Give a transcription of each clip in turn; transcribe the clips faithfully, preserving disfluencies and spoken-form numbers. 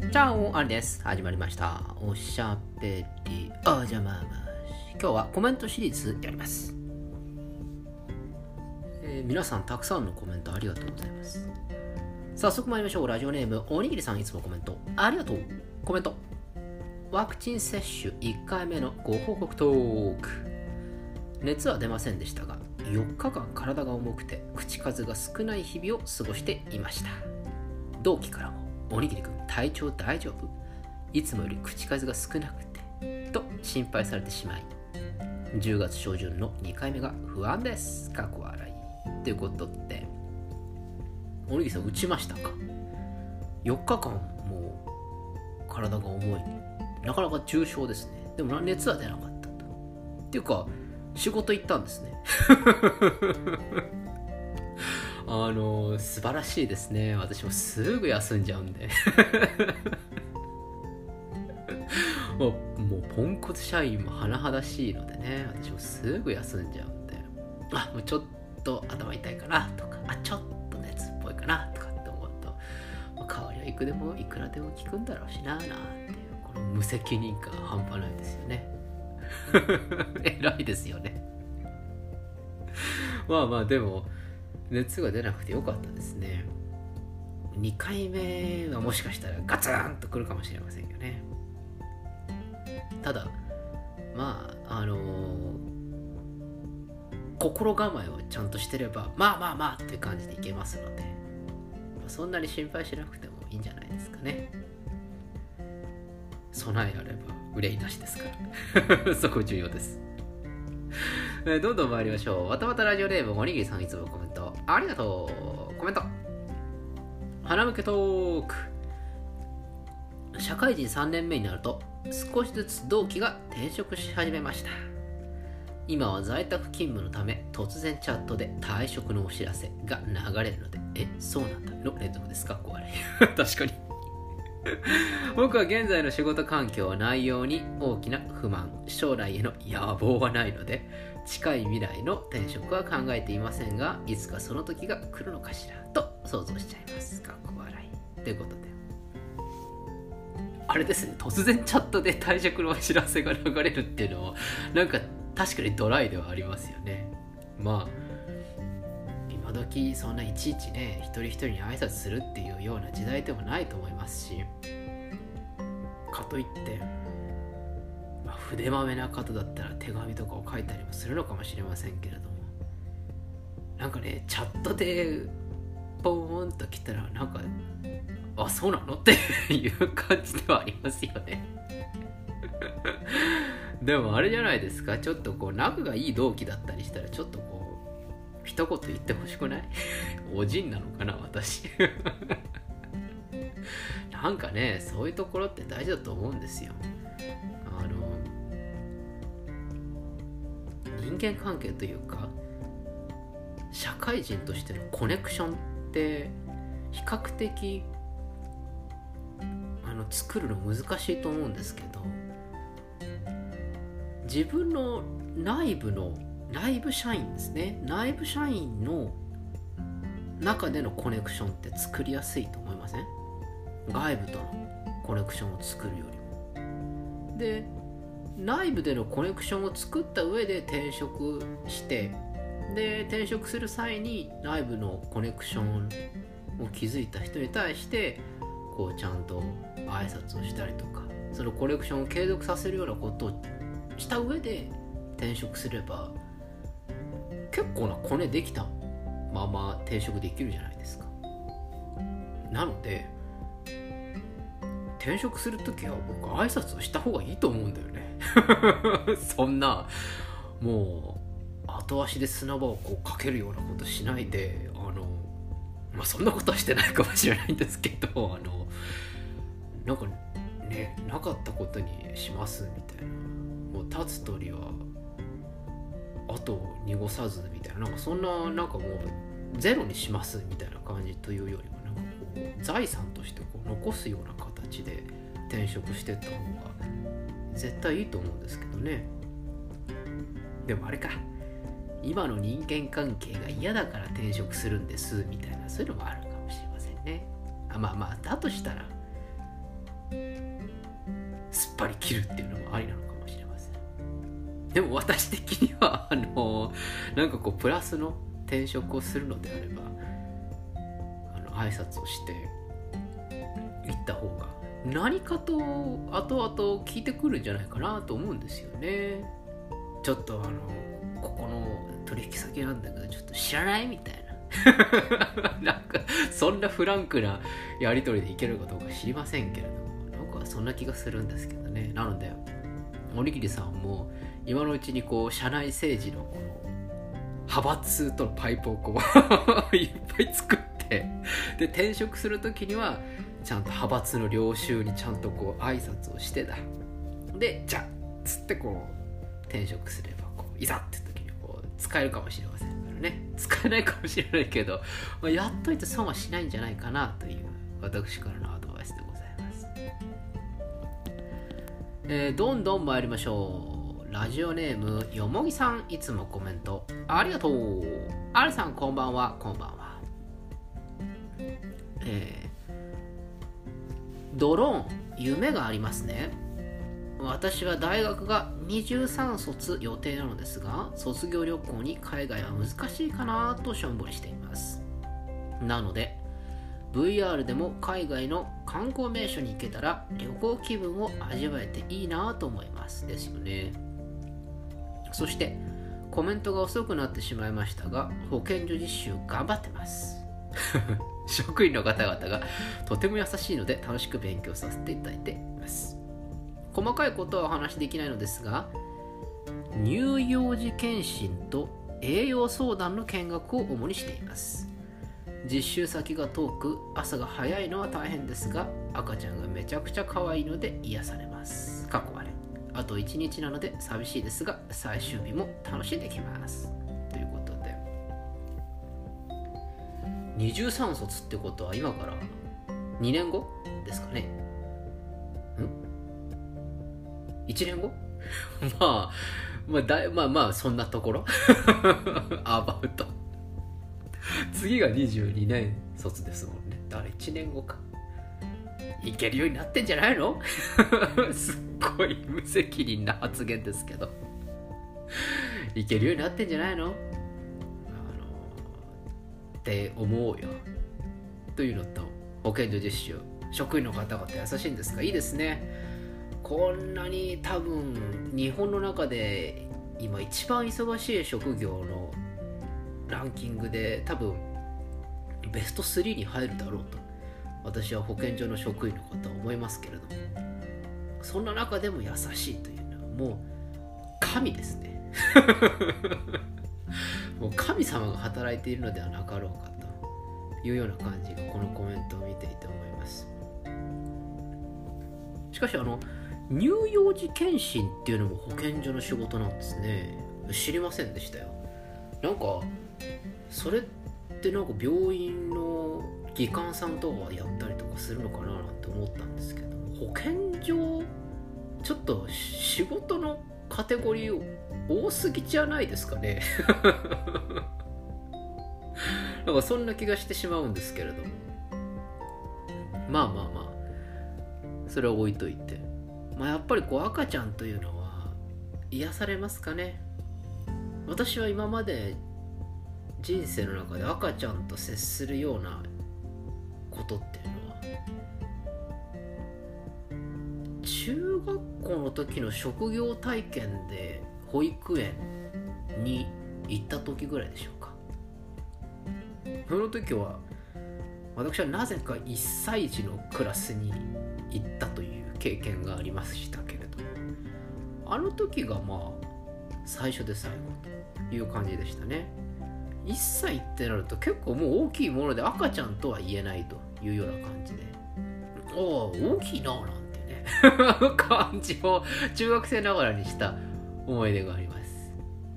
チャオ、あれです。始まりました。おしゃべりおじゃままし。今日はコメントシリーズやります。えー、皆さんたくさんのコメントありがとうございます。早速参りましょう。ラジオネームおにぎりさん、いつもコメントありがとう。コメント。ワクチン接種いっかいめのご報告トーク。熱は出ませんでしたが、よっかかん体が重くて口数が少ない日々を過ごしていました。同期からもおにぎりくん体調大丈夫？いつもより口数が少なくてと心配されてしまい、じゅうがつしょうじゅんのにかいめが不安です。かっこ笑いということで、おにぎりさん打ちましたか？よっかかんもう体が重い、なかなか重症ですね。でも熱は出なかったと。っていうか仕事行ったんですねあの素晴らしいですね。私もすぐ休んじゃうんでもう、もうポンコツ社員も甚だしいのでね、私もすぐ休んじゃうんで、あ、もうちょっと頭痛いかなとか、あ、ちょっと熱っぽいかなとかって思うと、まあ、代わりはいくでもいくらでも効くんだろうしな、なんていうこの無責任感半端ないですよね偉いですよねまあまあでも熱が出なくてよかったですね。にかいめはもしかしたらガツンとくるかもしれませんよね。ただまああのー、心構えをちゃんとしてればまあまあまあっていう感じでいけますので、まあ、そんなに心配しなくてもいいんじゃないですかね。備えあれば憂いなしですからそこ重要です。どんどん参りましょう。わたわたラジオネームおにぎりさん、いつもコメントありがとう。コメント。花向けトーク。社会人さんねんめになると少しずつ同期が転職し始めました。今は在宅勤務のため突然チャットで退職のお知らせが流れるので、え、そうなんだの連続ですか？これ確かに僕は現在の仕事環境は内容に大きな不満、将来への野望はないので近い未来の転職は考えていませんが、いつかその時が来るのかしらと想像しちゃいます。かっこ笑いということで、あれですね、突然チャットで退職のお知らせが流れるっていうのはなんか確かにドライではありますよね。まあ今時そんないちいちね一人一人に挨拶するっていうような時代でもないと思いますし、かといってまあ、筆まめな方だったら手紙とかを書いたりもするのかもしれませんけれども、なんかねチャットでポーンと来たらなんかあ、そうなのっていう感じではありますよねでもあれじゃないですか、ちょっとこう仲がいい同期だったりしたらちょっとこう一言言ってほしくないおじんなのかな私なんかねそういうところって大事だと思うんですよ。あの人間関係というか社会人としてのコネクションって比較的あの作るの難しいと思うんですけど、自分の内部の内部社員ですね内部社員の中でのコネクションって作りやすいと思いません？外部とのコネクションを作るよりも。で内部でのコネクションを作った上で転職して、で転職する際に内部のコネクションを築いた人に対してこうちゃんと挨拶をしたりとか、そのコネクションを継続させるようなことをした上で転職すれば結構なコネできたまま転職できるじゃないですか。なので転職するときは僕挨拶をした方がいいと思うんだよねそんなもう後足で砂場をこうかけるようなことしないで、あのまあそんなことはしてないかもしれないんですけど、あのなんかねなかったことにしますみたいな、もう立つ鳥は後を濁さずみたいな、なんかそんななんかもうゼロにしますみたいな感じというよりも、なんかこう財産としてこう残すような形で転職していった方が絶対いいと思うんですけどね。でもあれか、今の人間関係が嫌だから転職するんですみたいな、そういうのもあるかもしれませんね。あまあまあだとしたらすっぱり切るっていうのもありなのかもしれません。でも私的にはあのなんかこうプラスの転職をするのであれば、あの挨拶をして行った方が何かと後々聞いてくるんじゃないかなと思うんですよね。ちょっとあのここの取引先なんだけどちょっと知らないみたいななんかそんなフランクなやり取りでいけるかどうか知りませんけれども、僕はそんな気がするんですけどね。なのでおにぎりさんも今のうちにこう社内政治のこの派閥とのパイプをこういっぱい作って、で転職するときにはちゃんと派閥の領袖にちゃんとこう挨拶をしてだ、でじゃあつってこう転職すればこういざって時にこう使えるかもしれませんからね。使えないかもしれないけど、まあ、やっといて損はしないんじゃないかなという私からのアドバイスでございます。えー、どんどん参りましょう。ラジオネームよもぎさん、いつもコメントありがとう。あるさんこんばんは。こんばんは。えー、ドローン夢がありますね。私は大学がにじゅうさん卒予定なのですが、卒業旅行に海外は難しいかなとしょんぼりしています。なので ブイアール でも海外の観光名所に行けたら旅行気分を味わえていいなと思います。ですよね。そしてコメントが遅くなってしまいましたが、保健所実習頑張ってます職員の方々がとても優しいので楽しく勉強させていただいています。細かいことはお話しできないのですが、乳幼児検診と栄養相談の見学を主にしています。実習先が遠く朝が早いのは大変ですが、赤ちゃんがめちゃくちゃ可愛いので癒されます。過去あれあといちにちなので寂しいですが、最終日も楽しんできますということで、にじゅうさん卒ってことは今からにねんごですかね。んいちねんごまあまあだまあまあそんなところアバウト次がにじゅうにねん卒ですもんね。だからいちねんごか。いけるようになってんじゃないのすっごい無責任な発言ですけどいけるようになってんじゃないの、あのって思うよというのと、保健所実習職員の方々優しいんですか。いいですね。こんなに多分日本の中で今一番忙しい職業のランキングで多分ベストスリーに入るだろうと私は保健所の職員の方は思いますけれども、そんな中でも優しいというのはもう神ですねもう神様が働いているのではなかろうかというような感じがこのコメントを見ていて思います。しかしあの乳幼児検診っていうのも保健所の仕事なんですね。知りませんでしたよ。なんかそれってなんか病院の技官さんとかやったりとかするのかななんて思ったんですけど、保健所ちょっと仕事のカテゴリー多すぎじゃないですかねなんかそんな気がしてしまうんですけれども、まあまあまあそれは置いといて、まあ、やっぱりこう赤ちゃんというのは癒されますかね。私は今まで人生の中で赤ちゃんと接するようなことっていうのは中学校の時の職業体験で保育園に行った時ぐらいでしょうか。その時は私はなぜかいっさい児のクラスに行ったという経験がありましたけれど、あの時がまあ最初で最後という感じでしたね。いっさいってなると結構もう大きいもので赤ちゃんとは言えないというような感じで、ああ大きいななんてね感じを中学生ながらにした思い出があります。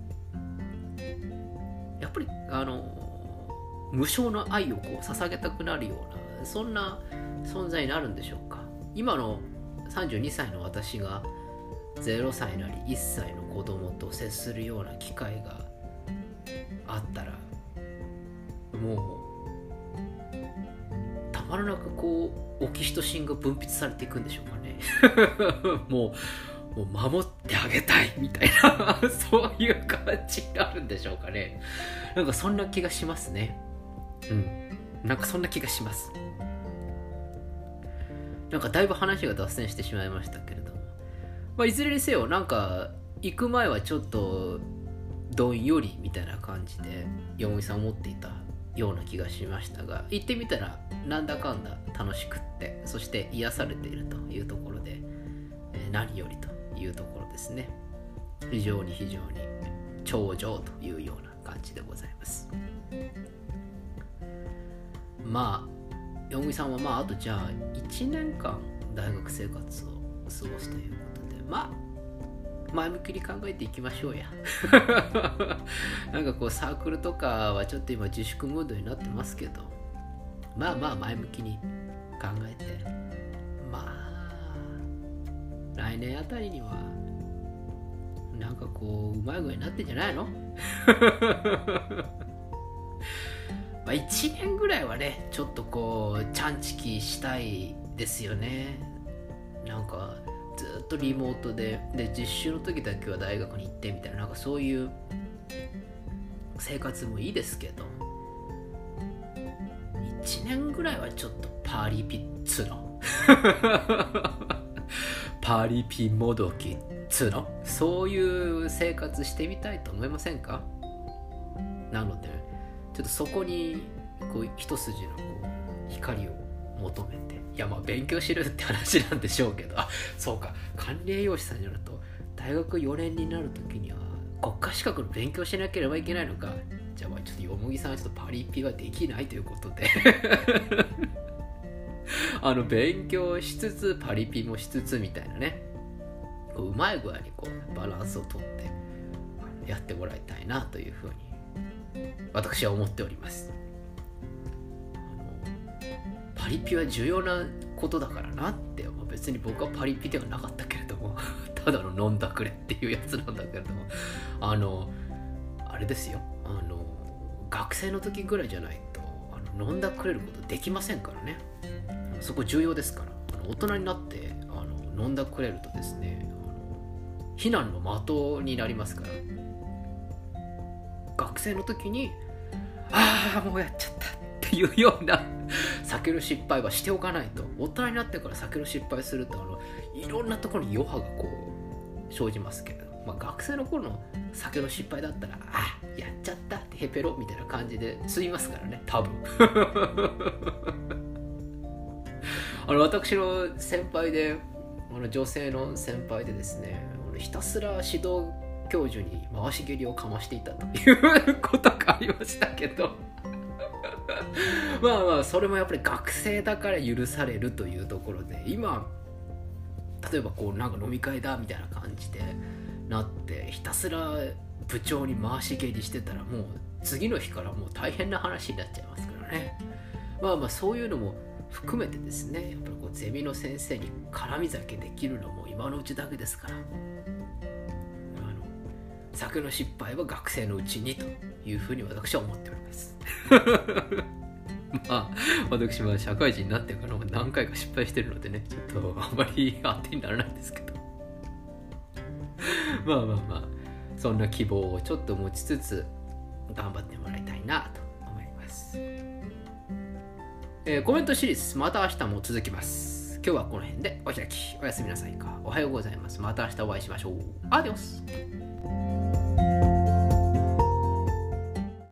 やっぱりあの無償の愛をこう捧げたくなるようなそんな存在になるんでしょうか。今のさんじゅうにさいの私がゼロさいなりいっさいの子供と接するような機会があったらもうたまらなくこうオキシトシンが分泌されていくんでしょうかねもう、もう守ってあげたいみたいなそういう感じになるんでしょうかね。なんかそんな気がしますね。うんなんかそんな気がします。なんかだいぶ話が脱線してしまいましたけれども、まあ、いずれにせよなんか行く前はちょっとどんよりみたいな感じでよもぎさん思っていたような気がしましたが、行ってみたらなんだかんだ楽しくって、そして癒されているというところで、えー、何よりというところですね。非常に非常に頂上というような感じでございます。まあよもぎさんはまああとじゃあいちねんかん大学生活を過ごすということで、まあ前向きに考えていきましょうやなんかこうサークルとかはちょっと今自粛ムードになってますけど、まあまあ前向きに考えて、まあ来年あたりにはなんかこううまい具合になってんじゃないのまあいちねんぐらいはねちょっとこうちゃんちきしたいですよね。なんかずっとリモートでで実習の時だけは大学に行ってみたいな、なんかそういう生活もいいですけど、いちねんぐらいはちょっとパリピっつのパリピもどきっつのそういう生活してみたいと思いませんか？なのでちょっとそこにこう一筋のこう光を求めて、いやまあ勉強しろって話なんでしょうけど、あそうか管理栄養士さんによると大学よねんになるときには国家資格の勉強しなければいけないのか。じゃあまあちょっとよもぎさんはちょっとパリピはできないということであの勉強しつつパリピもしつつみたいなね、こううまい具合にこうバランスをとってやってもらいたいなというふうに私は思っております。パリピは重要なことだからなって、まあ、別に僕はパリピではなかったけれどもただの飲んだくれっていうやつなんだけれども、あのあれですよ、あの学生の時ぐらいじゃないとあの飲んだくれることできませんからね。そこ重要ですから。あの大人になってあの飲んだくれるとですね、あの非難の的になりますから。学生の時にああもうやっちゃったっていうような酒の失敗はしておかないと、大人になってから酒の失敗するとあのいろんなところに余波がこう生じますけれど、まあ、学生の頃の酒の失敗だったらあやっちゃったってヘペロみたいな感じで済みますからね、多分あの私の先輩であの女性の先輩でですね、ひたすら指導教授に回し蹴りをかましていたということがありましたけどまあまあそれもやっぱり学生だから許されるというところで、今例えばこうなんか飲み会だみたいな感じでなってひたすら部長に回し蹴りしてたらもう次の日からもう大変な話になっちゃいますからね。まあまあそういうのも含めてですね、やっぱりこうゼミの先生に絡み酒できるのも今のうちだけですから、あの酒の失敗は学生のうちにというふうに私は思っておりますまあ私は社会人になってからも何回か失敗してるのでね、ちょっとあんまり当てにならないんですけどまあまあまあそんな希望をちょっと持ちつつ頑張ってもらいたいなと思います。えー、コメントシリーズまた明日も続きます。今日はこの辺でお開き。おやすみなさいか。おはようございます。また明日お会いしましょう。アディオス。